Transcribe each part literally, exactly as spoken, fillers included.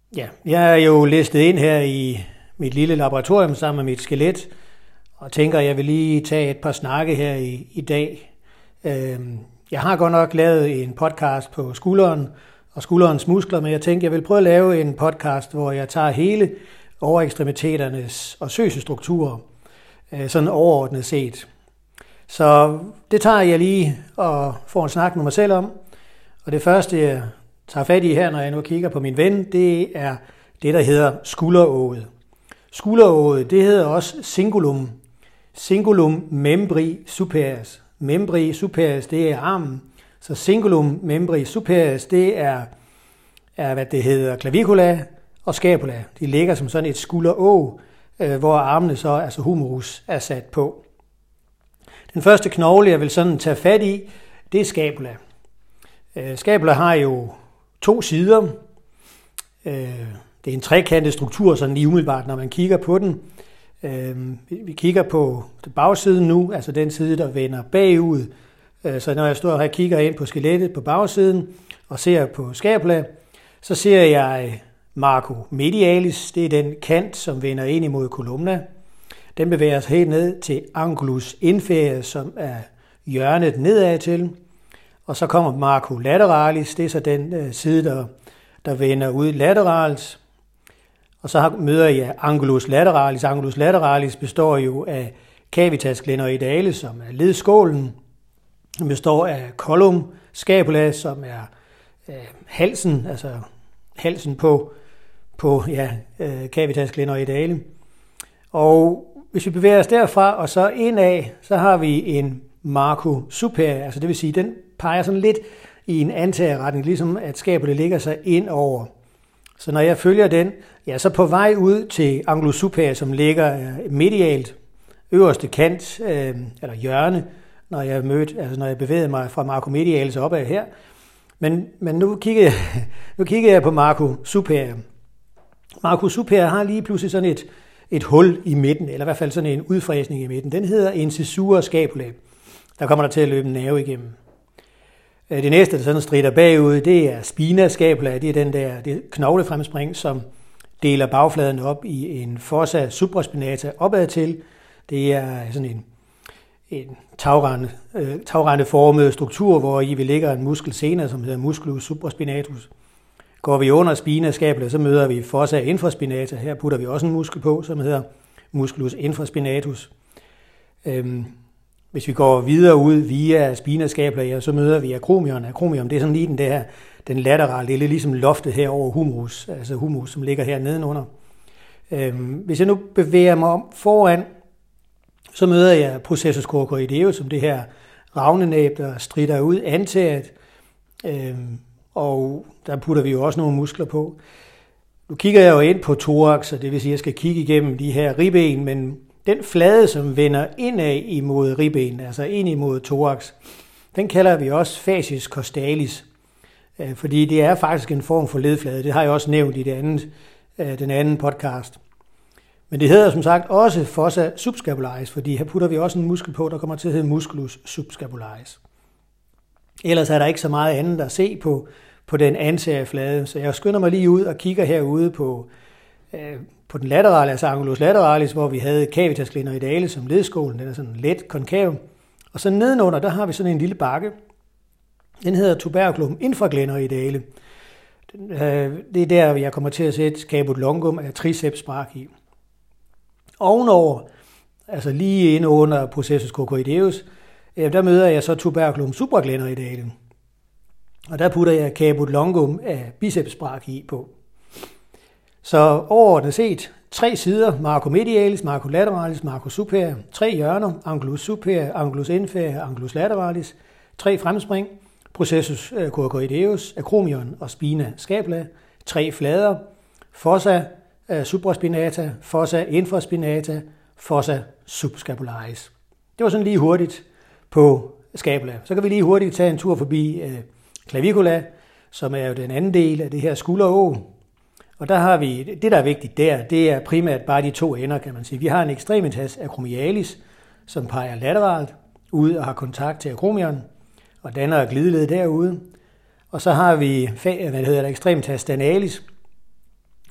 Ja, jeg er jo listet ind her i mit lille laboratorium sammen med mit skelet, og tænker, at jeg vil lige tage et par snakke her i, i dag. Jeg har godt nok lavet en podcast på skulderen og skulderens muskler, men jeg tænkte, jeg vil prøve at lave en podcast, hvor jeg tager hele overekstremiteternes og søsestrukturer, sådan overordnet set. Så det tager jeg lige og får en snak med mig selv om. Og det første, jeg tager fat i her, når jeg nu kigger på min ven, det er det, der hedder skulderået. Skulderået, det hedder også cingulum. Cingulum membri superis. Membri superis, det er armen. Så cingulum membri superis, det er, er hvad det hedder, clavicula og scapula. De ligger som sådan et skulderå, hvor armene så, altså humerus, er sat på. Den første knogle, jeg vil sådan tage fat i, det er scapula. Scapula har jo to sider. Det er en trekantet struktur, sådan lige umiddelbart, når man kigger på den. Vi kigger på bagsiden nu, altså den side, der vender bagud. Så når jeg står her og kigger ind på skelettet på bagsiden og ser på scapula, så ser jeg marco medialis. Det er den kant, som vender ind imod columna. Den bevæger sig helt ned til angulus inferior, som er hjørnet nedad til. Og så kommer marco lateralis, det er så den øh, side, der, der vender ud lateralt. Og så møder jeg angulus lateralis. Angulus lateralis består jo af cavitas glenoidalis, som er ledskålen. Den består af column scapula, som er øh, halsen, altså halsen på, på ja, øh, cavitas glenoidalis. Og hvis vi bevæger os derfra og så indad, så har vi en marco superior, altså det vil sige, den peger sådan lidt i en antagerretning, ligesom at scapula ligger sig ind over. Så når jeg følger den, ja, så på vej ud til angulus superior, som ligger medialt, øverste kant, øh, eller hjørne, når jeg mødt, altså når jeg bevæger mig fra marco medialis opad her. Men, men nu, kigger jeg, nu kigger jeg på marco superior. Marco superior har lige pludselig sådan et, et hul i midten, eller i hvert fald sådan en udfræsning i midten. Den hedder incisura scapulae. Der kommer der til at løbe en nerve igennem. Det næste, der sådan strider bagud, det er spina scapulae. Det er den der det knoglefremspring, som deler bagfladen op i en fossa supraspinata opad til. Det er sådan en, en tagrende, øh, tagrendeformet struktur, hvor i vi ligger en muskel senere, som hedder musculus supraspinatus. Går vi under spina scapulae, så møder vi fossa infraspinata. Her putter vi også en muskel på, som hedder musculus infraspinatus. Øhm, Hvis vi går videre ud via spina scapulae, ja, så møder vi acromion. Acromion, det er sådan lige den der, den laterale, det er ligesom loftet her over humerus, altså humerus, som ligger her nedenunder. Øhm, hvis jeg nu bevæger mig om foran, så møder jeg processus coracoideus, som det her ravnenæb, der strider ud antaget. Øhm, og der putter vi jo også nogle muskler på. Nu kigger jeg jo ind på thorax, og det vil sige, at jeg skal kigge igennem de her ribben, men den flade, som vender indad imod ribben, altså ind imod thorax, den kalder vi også fascies costalis, fordi det er faktisk en form for ledflade. Det har jeg også nævnt i det andet, den anden podcast. Men det hedder som sagt også fossa subscapularis, fordi her putter vi også en muskel på, der kommer til at hedde musculus subscapularis. Ellers er der ikke så meget andet at se på, på den antager flade, så jeg skynder mig lige ud og kigger herude på på den laterale, altså angulus lateralis, hvor vi havde cavitas glenoidalis som ledskålen, den er sådan let konkav. Og så nedenunder, der har vi sådan en lille bakke. Den hedder tuberculum infraglenoidale. Det er der, jeg kommer til at sætte caput longum af triceps brachii. Ovenover, altså lige inde under processus coracoideus, der møder jeg så tuberculum supraglenoidale. Og der putter jeg caput longum af biceps brachii på. Så overordnet set, tre sider, marco medialis, marco lateralis, marco superior, tre hjørner, angulus superior, angulus inferior, angulus lateralis, tre fremspring, processus coracoideus, acromion og spina scapulae, tre flader, fossa supraspinata, fossa infraspinata, fossa subscapularis. Det var sådan lige hurtigt på scapula. Så kan vi lige hurtigt tage en tur forbi clavicula, som er jo den anden del af det her skulderå. Og der har vi, det der er vigtigt der, det er primært bare de to ender, kan man sige. Vi har en extremitas acromialis, som peger lateralt ud og har kontakt til acromion, og danner glideled derude. Og så har vi, hvad hedder det, extremitas stanalis,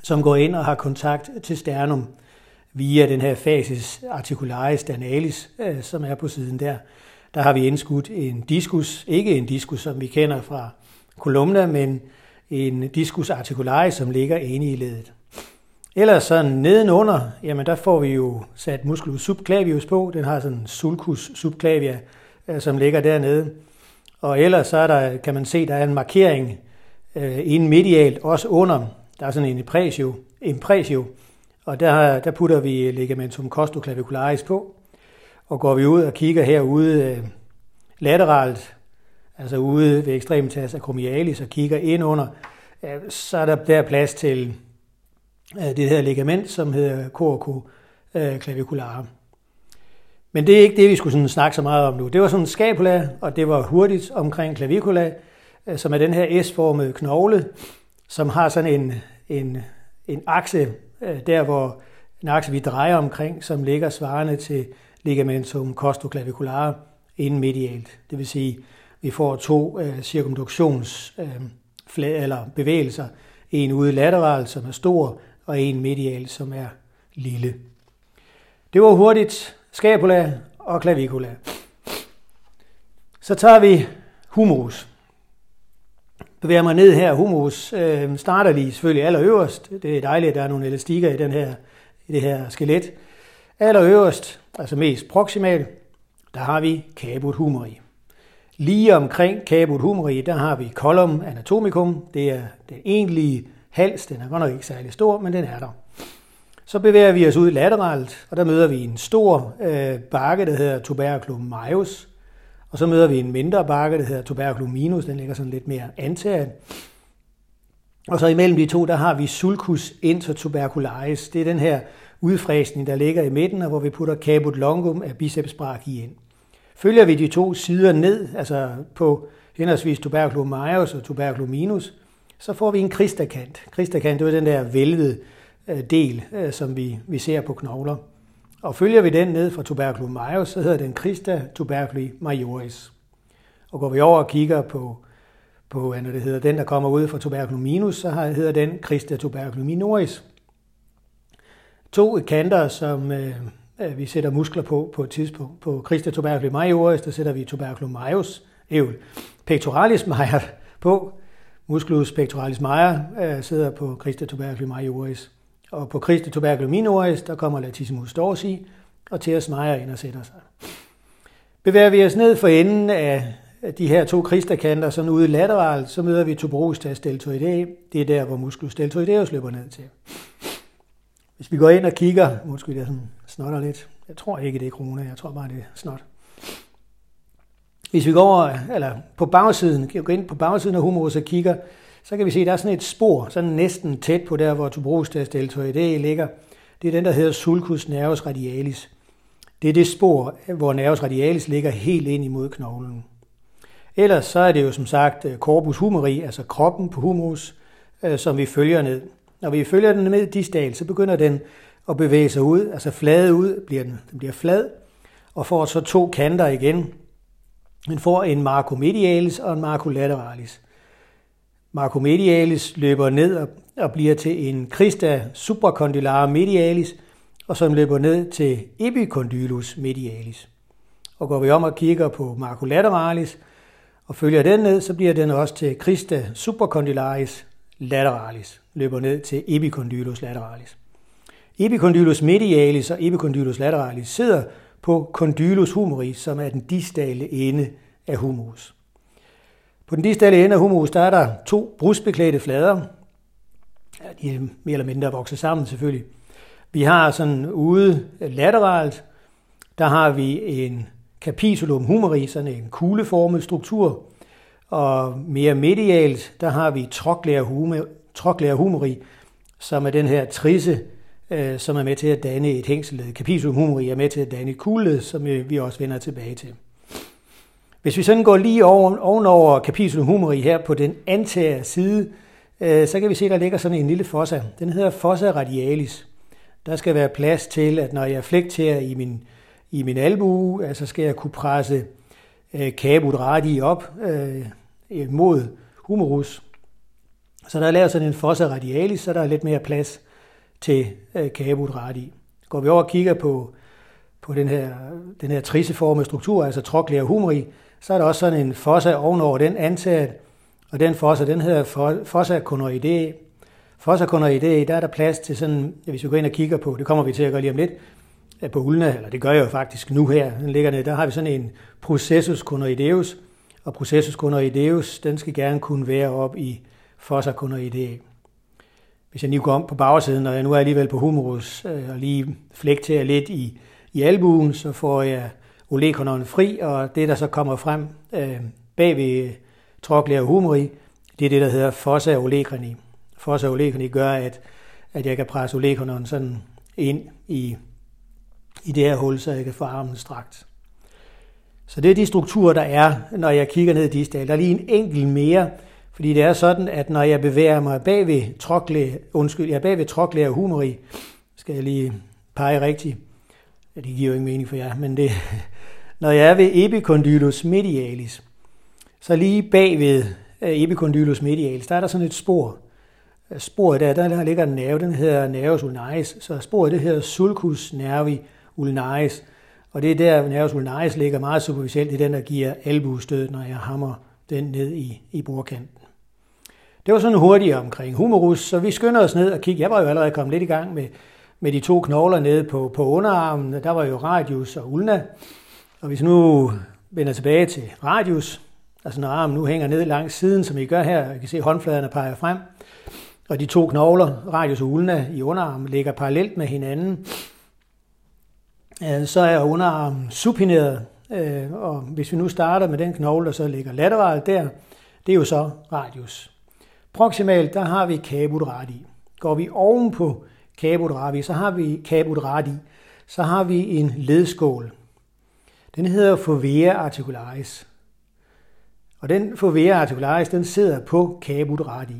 som går ind og har kontakt til sternum via den her fascis articularis sternalis, øh, som er på siden der. Der har vi indskudt en diskus, ikke en diskus, som vi kender fra columna, men en diskus articularis, som ligger inde i leddet. Ellers sådan nedenunder, jamen der får vi jo sat musculus subclavius på. Den har sådan sulcus subclavia, øh, som ligger dernede. Og ellers så er der, kan man se, der er en markering øh, inde medialt, også under. Der er sådan en impressio, impressio og der, der putter vi ligamentum costoclavicularis på. Og går vi ud og kigger herude øh, lateralt, altså ude ved extremitas acromialis og kigger ind under, øh, så er der der plads til øh, det her ligament, som hedder coracoclavicular. Men det er ikke det, vi skulle sådan snakke så meget om nu. Det var sådan scapula, og det var hurtigt omkring clavicula, øh, som er den her S-formede knogle, som har sådan en, en, en akse, øh, der hvor en akse vi drejer omkring, som ligger svarende til ligamentum costoclavicular inden medialt. Det vil sige, vi får to øh, cirkumduktions øh, eller bevægelser. En ude lateralt, som er stor, og en medial, som er lille. Det var hurtigt scapula og clavicula. Så tager vi humerus. Bevæger mig ned her. Humerus øh, starter lige selvfølgelig allerøverst. Det er dejligt, at der er nogle elastikker i, den her, i det her skelet. Allerøverst, altså mest proximalt, der har vi caput humeri. Lige omkring caput humeri, der har vi collum anatomicum. Det er den egentlige hals. Den er godt nok ikke særlig stor, men den er der. Så bevæger vi os ud lateralt, og der møder vi en stor øh, bakke, der hedder tuberculum majus. Og så møder vi en mindre bakke, der hedder tuberculum minus. Den ligger sådan lidt mere antaget. Og så imellem de to, der har vi sulcus intertubercularis. Det er den her udfræsning, der ligger i midten, og hvor vi putter caput longum af biceps brachii ind. Følger vi de to sider ned, altså på henholdsvis tuberculum majus og tuberculum minus, så får vi en cristakant. Cristakant, det er den der vælvede del, som vi, vi ser på knogler. Og følger vi den ned fra tuberculum majus, så hedder den crista tuberculi majoris. Og går vi over og kigger på, på hvad det hedder, den, der kommer ud fra tuberculum minus, så hedder den crista tuberculi minoris. To kanter, som øh, vi sætter muskler på på et tidspunkt. På crista tuberculi majoris, der sætter vi tuberculum majus, ævl, pectoralis major på. Musculus pectoralis major øh, sidder på crista tuberculi majoris. Og på crista tuberculi minoris, der kommer latissimus dorsi, og teres major ind og sætter sig. Bevæger vi os ned for enden af de her to cristakanter, sådan ude lateralt, så møder vi tuberostas deltoideae. Det er der, hvor musculus deltoideus løber ned til. Hvis vi går ind og kigger, måske det sådan snotter lidt. Jeg tror ikke, det er corona, jeg tror bare, det er snot. Hvis vi går over, eller på bagsiden, går ind på bagsiden af humerus og kigger, så kan vi se, at der er sådan et spor, sådan næsten tæt på der, hvor tuberostas deltoideae ligger. Det er den, der hedder sulcus nervus radialis. Det er det spor, hvor nervus radialis ligger helt ind imod knoglen. Ellers så er det jo som sagt corpus humeri, altså kroppen på humerus, som vi følger ned. Når vi følger den ned distalt, så begynder den at bevæge sig ud, altså flade ud, bliver den, den bliver flad, og får så to kanter igen. Den får en marco medialis og en marco lateralis. Marco medialis løber ned og bliver til en crista supracondylara medialis, og som løber ned til epicondylus medialis. Og går vi om og kigger på marco lateralis og følger den ned, så bliver den også til crista supracondylaris lateralis, løber ned til epicondylus lateralis. Epicondylus medialis og epicondylus lateralis sidder på condylus humeri, som er den distale ende af humerus. På den distale ende af humerus, der er der to brustbeklædte flader. Ja, de er mere eller mindre vokset sammen selvfølgelig. Vi har sådan ude lateralt, der har vi en capitulum humeri, sådan en kugleformet struktur. Og mere medialt, der har vi trochlear humeri, som er den her trisse, øh, som er med til at danne et hængseled. Capitulum humeri er med til at danne et kugleled, som vi også vender tilbage til. Hvis vi sådan går lige oven, ovenover capitulum humeri her på den anteriore side, øh, så kan vi se, at der ligger sådan en lille fossa. Den hedder fossa radialis. Der skal være plads til, at når jeg flekterer i min, i min albue, altså skal jeg kunne presse øh, caput radii op øh, mod humerus. Så der er lavet sådan en fossa radialis, så der er lidt mere plads til øh, caput radii. Går vi over og kigger på, på den her, den her triceformede struktur, altså trochlea humeri, så er der også sådan en fossa ovenover den antaget, og den fossa, den hedder fossa conoidea. Fossa conoidea, der er der plads til sådan, hvis vi går ind og kigger på, det kommer vi til at gøre lige om lidt, på ulna, eller det gør jeg jo faktisk nu her, den ligger nede, der har vi sådan en processus conoideus, og processus conoideus, den skal gerne kunne være op i fossa conoidea. Hvis jeg lige går om på bagsiden, og jeg nu er alligevel på humerus, øh, og lige flekterer lidt i, i albuen, så får jeg olecranon fri, og det, der så kommer frem øh, bag ved trochlea humeri, det er det, der hedder fossa olecrani. Fossa olecrani gør, at, at jeg kan presse olecranon sådan ind i, i det her hul, så jeg kan få armen strakt. Så det er de strukturer, der er, når jeg kigger ned i distal. Der er lige en enkelt mere, fordi det er sådan, at når jeg bevæger mig bag ved trochlea, undskyld, jeg er bag ved trochlea humeri, skal jeg lige pege rigtigt. Ja, det giver jo ingen mening for jer, men det, når jeg er ved epicondylus medialis, så lige bag ved epicondylus medialis, der er der sådan et spor. Sporet der, der ligger en nerve, den hedder nervus ulnaris, så sporet det hedder sulcus nervi ulnaris, og det er der, nervus ulnaris ligger meget superficielt, det er den, der giver albuestød, når jeg hammer den ned i, i bordkanten. Det var sådan hurtigt omkring humerus, så vi skynder os ned og kigger. Jeg var jo allerede kommet lidt i gang med, med de to knogler nede på, på underarmen. Der var jo radius og ulna. Og hvis nu vender tilbage til radius, altså når armen nu hænger ned langs siden, som I gør her, jeg kan se håndfladerne peger frem, og de to knogler, radius og ulna i underarmen, ligger parallelt med hinanden, så er underarmen supineret. Og hvis vi nu starter med den knogle, der så ligger lateralt der, det er jo så radius. Proximalt, der har vi caput radii. Går vi oven på caput radii, så har vi caput radii, så har vi en ledskål. Den hedder fovea articularis. Og den fovea articularis, den sidder på caput radii.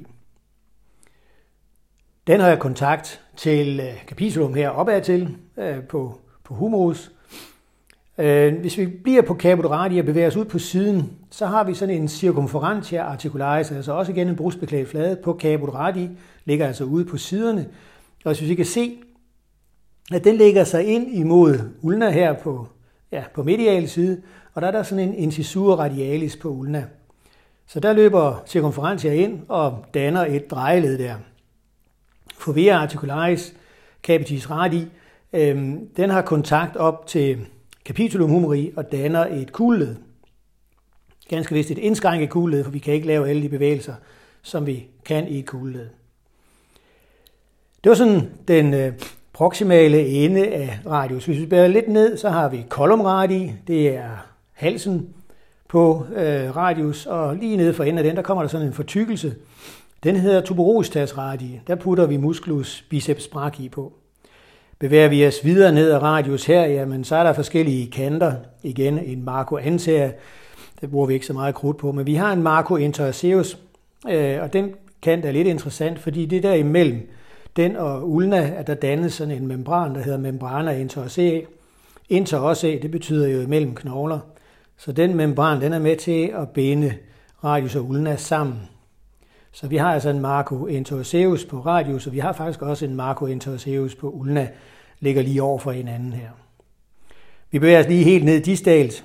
Den har jeg kontakt til capitulum her opad til på, på humerus. Hvis vi bliver på caput radii og bevæger os ud på siden, så har vi sådan en circumferentia articularis, altså også igen en brustbeklædt flade på caput radii, ligger altså ude på siderne. Og hvis vi kan se, at den lægger sig ind imod ulna her på, ja, på medial side, og der er der sådan en incisura radialis på ulna. Så der løber circumferentia ind og danner et drejeled der. Fovea articularis capitis radii, øhm, den har kontakt op til capitulum humeri og danner et kugleled. Ganske vist et indskrænket kugleled, for vi kan ikke lave alle de bevægelser, som vi kan i et kugleled. Det var sådan den øh, proximale ende af radius. Hvis vi bærer lidt ned, så har vi column radii, det er halsen på øh, radius, og lige nede for enden af den, der kommer der sådan en fortykkelse. Den hedder tuberositas radii. Der putter vi musculus biceps brachii på. Bevæger vi os videre ned ad radius her, jamen så er der forskellige kanter. Igen en marco anterior, det bruger vi ikke så meget krudt på, men vi har en marco interoseus, øh, og den kant er lidt interessant, fordi det der imellem den og ulna, at der dannes sådan en membran, der hedder membrana interoseae. Interoseae, det betyder jo imellem knogler. Så den membran, den er med til at binde radius og ulna sammen. Så vi har altså en marco interoseus på radius, og vi har faktisk også en marco interoseus på ulna, ligger lige over for hinanden her. Vi bevæger os lige helt ned distalt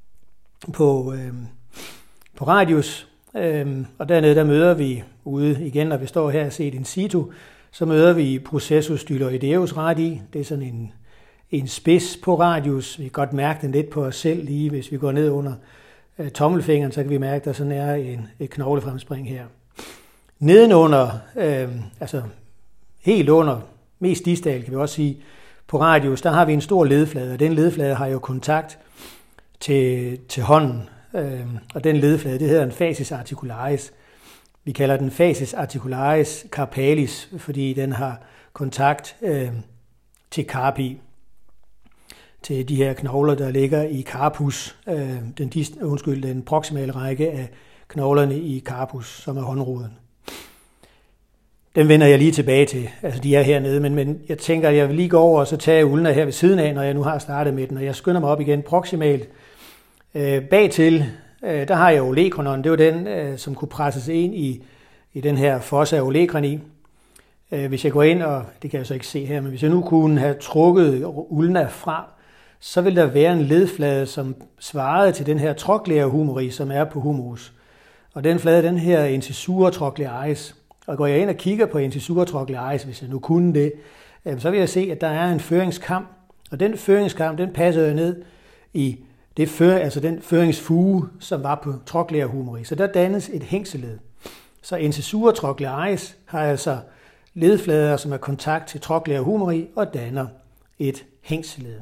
på, øh, på radius, øh, og dernede der møder vi ude igen, når vi står her og set in situ, så møder vi processus styloideus radii. Det er sådan en, en spids på radius. Vi kan godt mærke den lidt på os selv lige, hvis vi går ned under øh, tommelfingeren, så kan vi mærke, at der sådan er en, et knoglefremspring her. Nedenunder, øh, altså helt under, mest distal kan vi også sige, på radius, der har vi en stor ledflade, og den ledflade har jo kontakt til, til hånden, øh, og den ledflade, det hedder en fascis articularis. Vi kalder den fascis articularis carpalis, fordi den har kontakt øh, til carpi, til de her knogler, der ligger i carpus, øh, den, undskyld, den proximale række af knoglerne i carpus, som er håndroden. Den vender jeg lige tilbage til, altså de er hernede, men, men jeg tænker, at jeg vil lige gå over og så tage ulna her ved siden af, når jeg nu har startet med den, og jeg skynder mig op igen proximalt. Øh, bagtil, øh, der har jeg olecranon, det var den, øh, som kunne presses ind i, i den her fossa olecrani. Hvis jeg går ind, og det kan jeg så ikke se her, men hvis jeg nu kunne have trukket ulna fra, så vil der være en ledflade, som svarede til den her trochlea humeri, som er på humerus. Og den flade, den her incisura trochlearis. Og går jeg ind og kigger på incisura trochlearis, hvis jeg nu kunne det, så vil jeg se, at der er en føringskam. Og den føringskam, den passer jo ned i det før, altså den føringsfuge, som var på trochlea humeri. Så der dannes et hængseled. Så incisura trochlearis har altså ledflader, som er kontakt til trochlea humeri og danner et hængseled.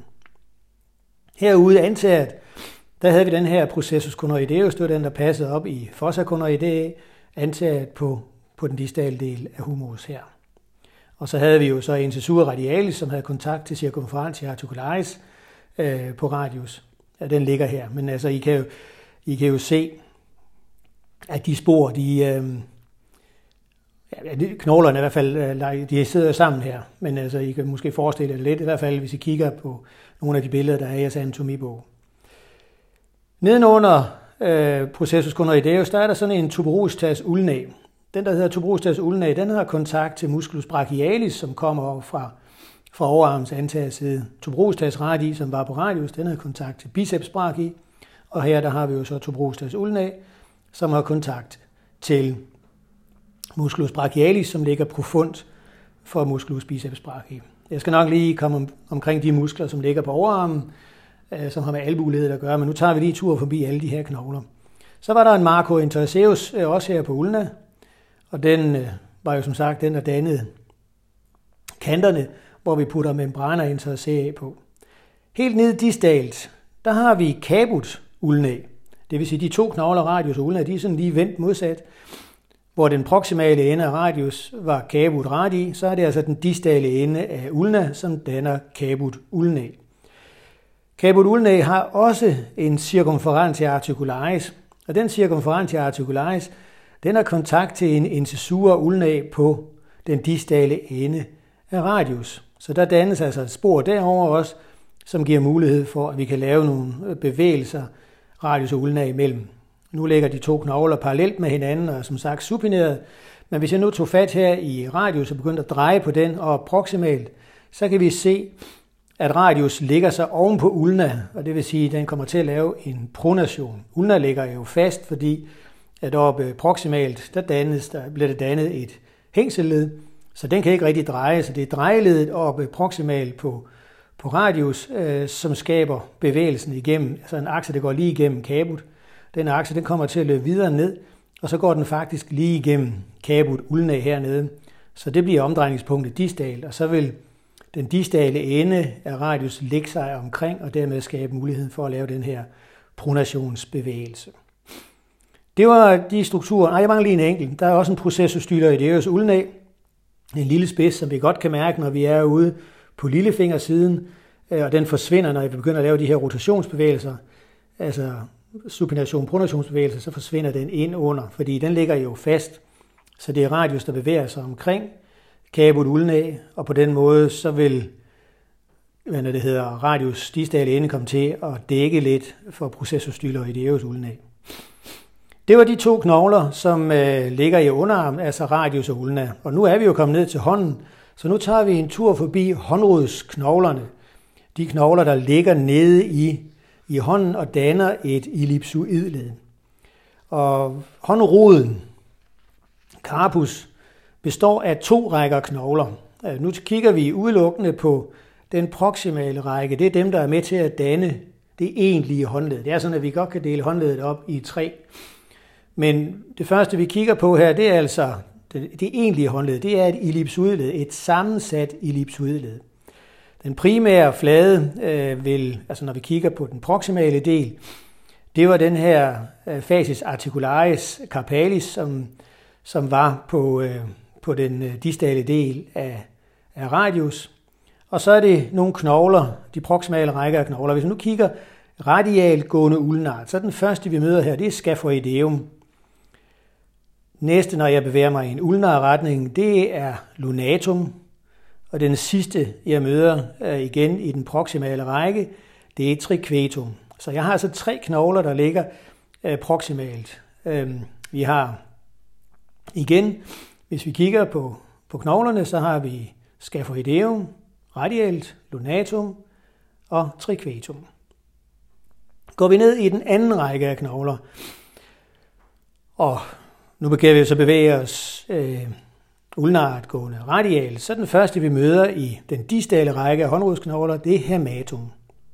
Herude antaget, der havde vi den her processus conoideus, det var den, der passede op i fossa conoidea, antaget på, på den distale del af humerus her. Og så havde vi jo så incisura radialis, som havde kontakt til circumferentia articularis øh, på radius. Ja, den ligger her. Men altså, I kan jo, I kan jo se, at de spor, de, øh, ja, de knoglerne i hvert fald, de sidder sammen her. Men altså, I kan måske forestille jer lidt, i hvert fald, hvis I kigger på nogle af de billeder, der er i jeres anatomibog. Nedenunder øh, processus conoideus, der er der sådan en tuberositas ulna. Den, der hedder tuberositas ulna, den har kontakt til musculus brachialis, som kommer fra, fra overarmens antageside. Tuberositas radii, som var på radius, den har kontakt til biceps brachii. Og her der har vi jo så tuberositas ulna, som har kontakt til musculus brachialis, som ligger profundt for musculus biceps brachii. Jeg skal nok lige komme om, omkring de muskler, som ligger på overarmen, øh, som har med albueledet at gøre, men nu tager vi lige tur forbi alle de her knogler. Så var der en Marco interosseus øh, også her på ulna, og den øh, var jo som sagt den, der dannede kanterne, hvor vi putter membraner interosseae på. Helt ned distalt, der har vi caput ulna, det vil sige de to knogler, radius og ulna, de er sådan lige vendt modsat. Hvor den proximale ende af radius var caput radii, så er det altså den distale ende af ulna, som danner caput ulna. Caput ulna har også en circumferentia articularis, og den circumferentia articularis, den har kontakt til en incisura ulna på den distale ende af radius. Så der dannes altså et spor derover også, som giver mulighed for, at vi kan lave nogle bevægelser radius og ulna imellem. Nu ligger de to knogler parallelt med hinanden og er som sagt supineret. Men hvis jeg nu tog fat her i radius og begyndte at dreje på den og proximalt, så kan vi se, at radius ligger sig oven på ulna, og det vil sige, at den kommer til at lave en pronation. Ulna ligger jo fast, fordi at oppe proximalt, der, dannes, der bliver det dannet et hængseled, så den kan ikke rigtig dreje, så det er drejeledet oppe proximalt på, på radius, øh, som skaber bevægelsen igennem, altså en akse, der går lige igennem caput. Den akse, den kommer til at løbe videre ned, og så går den faktisk lige igennem caput ulna hernede. Så det bliver omdrejningspunktet distalt, og så vil den distale ende af radius lægge sig omkring, og dermed skabe muligheden for at lave den her pronationsbevægelse. Det var de strukturer. Nej, jeg mangler lige en enkelt. Der er også en processus styloideus ulna, en lille spids, som vi godt kan mærke, når vi er ude på lillefingersiden, og den forsvinder, når vi begynder at lave de her rotationsbevægelser, altså supination, pronationsbevægelse, så forsvinder den ind under, fordi den ligger jo fast. Så det er radius, der bevæger sig omkring caput ulna, og på den måde så vil, hvad det hedder, radius distale ende komme til at dække lidt for processus styloideus ulna. Det var de to knogler, som øh, ligger i underarmen, altså radius og ulna. Og nu er vi jo kommet ned til hånden, så nu tager vi en tur forbi håndrodsknoglerne. De knogler, der ligger nede i i hånden og danner et ellipsoidled. Og håndroden, carpus, består af to rækker knogler. Nu kigger vi udelukkende på den proximale række. Det er dem, der er med til at danne det egentlige håndled. Det er sådan, at vi godt kan dele håndledet op i tre. Men det første, vi kigger på her, det er altså det, det egentlige håndled. Det er et ellipsoidled, et sammensat ellipsoidled. Den primære flade øh, vil, altså når vi kigger på den proximale del, det var den her øh, fascis articularis carpalis, som, som var på, øh, på den øh, distale del af, af radius. Og så er det nogle knogler, de proximale rækker af knogler. Hvis vi nu kigger radialt gående ulnart, så den første, vi møder her, det er scaphoideum. Næste, når jeg bevæger mig i en ulnar retning, det er lunatum. Og den sidste, jeg møder øh, igen i den proximale række, det er triquetum. Så jeg har altså tre knogler, der ligger øh, proximalt. Øh, vi har Igen, hvis vi kigger på, på knoglerne, så har vi scaphoideum, radialt, lunatum og triquetum. Går vi ned i den anden række af knogler, og nu kan vi så bevæge os øh, ulnart gående radialt, så den første vi møder i den distale række af håndrodsknogler, det er hæmatum.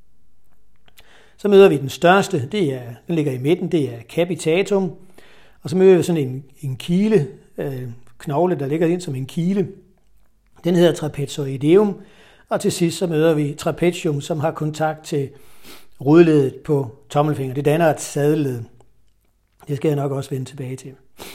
Så møder vi den største, det er, den ligger i midten, det er capitatum, og så møder vi sådan en, en kile, øh, knogle, der ligger ind som en kile. Den hedder trapezoideum, og til sidst så møder vi trapezium, som har kontakt til rodledet på tommelfingeren. Det danner et sadeled. Det skal jeg nok også vende tilbage til.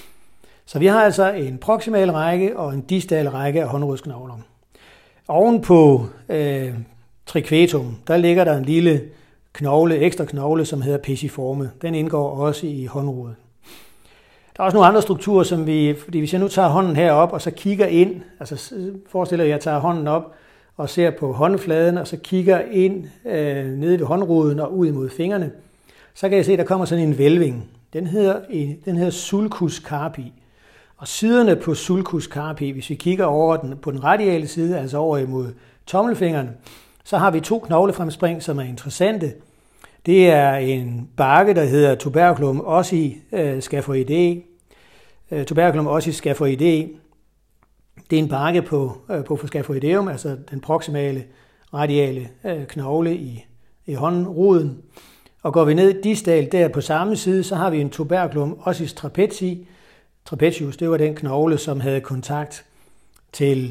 Så vi har altså en proximal række og en distal række af håndrodsknogler. Oven på øh, triquetum, der ligger der en lille knogle, ekstra knogle, som hedder pisiforme. Den indgår også i håndrodet. Der er også nogle andre strukturer, som vi, fordi hvis jeg nu tager hånden herop og så kigger ind, altså forestiller jeg, at jeg tager hånden op og ser på håndfladen, og så kigger ind øh, nede ved håndroden og ud imod fingrene, så kan jeg se, at der kommer sådan en hvælving. Den hedder, den hedder sulcus carpi. Og siderne på sulcus carpi, hvis vi kigger over den, på den radiale side, altså over imod tommelfingeren, så har vi to knoglefremspring, som er interessante. Det er en barke, der hedder tuberculum ossi øh, scaphoidea. Øh, tuberculum ossi scaphoidea. Det er en barke på, øh, på scaphoideum, altså den proximale radiale øh, knogle i, i håndroden. Og går vi ned distalt der på samme side, så har vi en tuberculum ossis trapezi. Trapezius, det var den knogle, som havde kontakt til,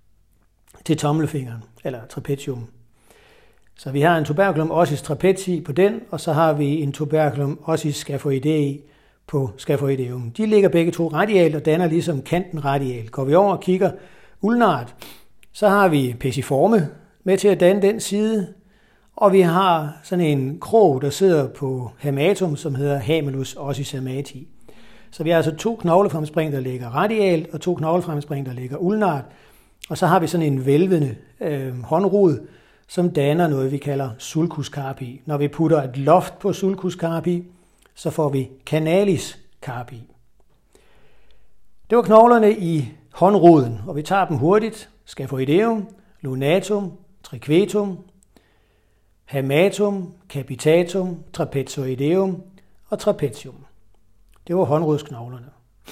til tommelfingeren, eller trapezium. Så vi har en tuberculum ossis trapezi på den, og så har vi en tuberculum ossis scaphoidea på scaphoideum. De ligger begge to radialt og danner ligesom kanten radialt. Går vi over og kigger ulnart, så har vi pisiforme med til at danne den side, og vi har sådan en krog, der sidder på hæmatum, som hedder hamulus ossis hæmati. Så vi har altså to knoglefremspring, der ligger radialt, og to knoglefremspring, der ligger ulnart. Og så har vi sådan en hvælvende øh, håndrod, som danner noget, vi kalder sulcus carpi. Når vi putter et loft på sulcus carpi, så får vi canalis carpi. Det var knoglerne i håndroden, og vi tager dem hurtigt. Scaphoideum, lunatum, triquetum, hæmatum, capitatum, trapezoideum og trapezium. Det var håndrodsknoglerne.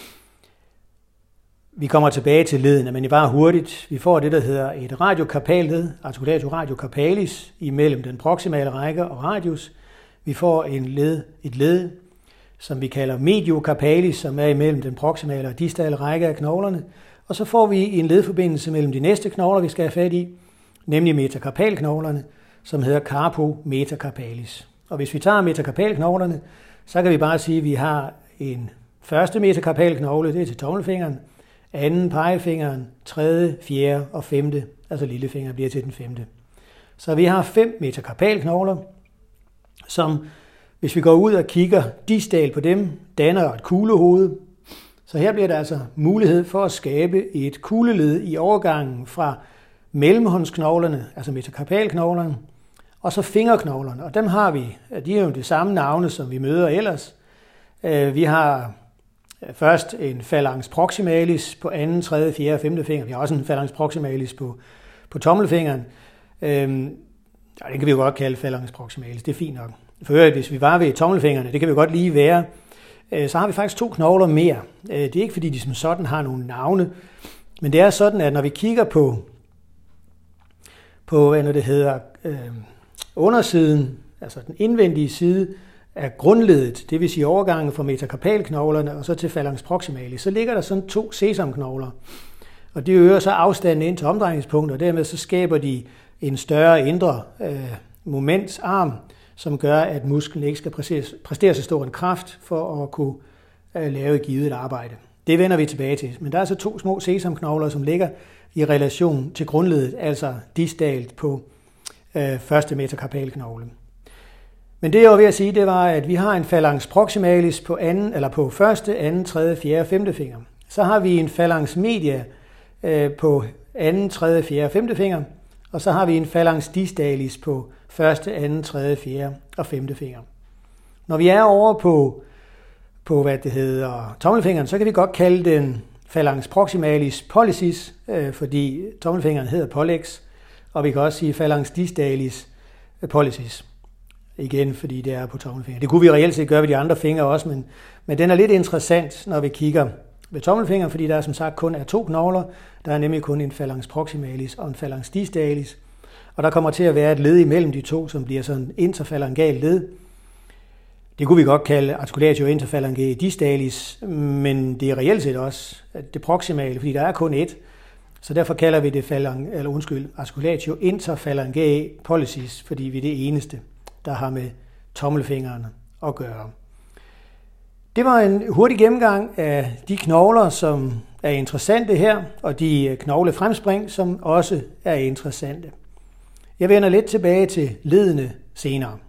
Vi kommer tilbage til ledene, men bare hurtigt. Vi får det, der hedder et radiokarpalled, articulator radiocarpalis, imellem den proximale række og radius. Vi får en led, et led, som vi kalder mediocarpalis, som er imellem den proximale og distale række af knoglerne. Og så får vi en ledforbindelse mellem de næste knogler, vi skal have fat i, nemlig metakarpalknoglerne, som hedder carpometacarpalis. Og hvis vi tager metakarpalknoglerne, så kan vi bare sige, at vi har en første metakarpalknogle, det er til tommelfingeren, anden pegefingeren, tredje, fjerde og femte, altså lillefinger bliver til den femte. Så vi har fem metakarpalknogler, som hvis vi går ud og kigger distal på dem, danner et kuglehoved. Så her bliver der altså mulighed for at skabe et kugleled i overgangen fra mellemhåndsknoglerne, altså metakarpalknoglerne, og så fingerknoglerne. Og dem har vi, de er jo det samme navne, som vi møder ellers. Vi har først en phalanx proximalis på anden, tredje, fjerde og femte finger. Vi har også en phalanx proximalis på, på tommelfingeren. Øhm, ja, det kan vi jo godt kalde phalanx proximalis, det er fint nok. For øvrigt, hvis vi var ved tommelfingrene, det kan vi godt lige være, øh, så har vi faktisk to knogler mere. Øh, det er ikke fordi, de som sådan har nogle navne, men det er sådan, at når vi kigger på, på hvad det hedder, øh, undersiden, altså den indvendige side, af grundledet, det vil sige overgangen fra metakarpalknoglerne og så til phalanx proximalis, så ligger der sådan to sesamknogler. Og det øger så afstanden ind til omdrejningspunktet, og dermed så skaber de en større indre øh, momentsarm, som gør, at musklen ikke skal præstere, præstere så stor en kraft for at kunne øh, lave et givet arbejde. Det vender vi tilbage til. Men der er så to små sesamknogler, som ligger i relation til grundledet, altså distalt på øh, første metakarpalknogle. Men det jeg var ved at sige, det var, at vi har en phalanx proximalis på, anden, eller på første, anden, tredje, fjerde og femte finger. Så har vi en phalanx media øh, på anden, tredje, fjerde og femte finger. Og så har vi en phalanx distalis på første, anden, tredje, fjerde og femte finger. Når vi er over på, på hvad det hedder, tommelfingeren, så kan vi godt kalde den phalanx proximalis pollicis, øh, fordi tommelfingeren hedder pollex, og vi kan også sige phalanx distalis pollicis. Igen, fordi det er på tommelfingeren. Det kunne vi reelt set gøre ved de andre fingre også, men, men den er lidt interessant, når vi kigger ved tommelfingeren, fordi der som sagt kun er to knogler. Der er nemlig kun en phalanx proximalis og en phalanx distalis, og der kommer til at være et led imellem de to, som bliver sådan en interphalangal led. Det kunne vi godt kalde articulatio interphalangae distalis, men det er reelt set også det proximale, fordi der er kun et. Så derfor kalder vi det phalang, eller undskyld, articulatio interphalangae pollicis, fordi vi er det eneste, der har med tommelfingeren at gøre. Det var en hurtig gennemgang af de knogler, som er interessante her, og de knoglefremspring, som også er interessante. Jeg vender lidt tilbage til leddene senere.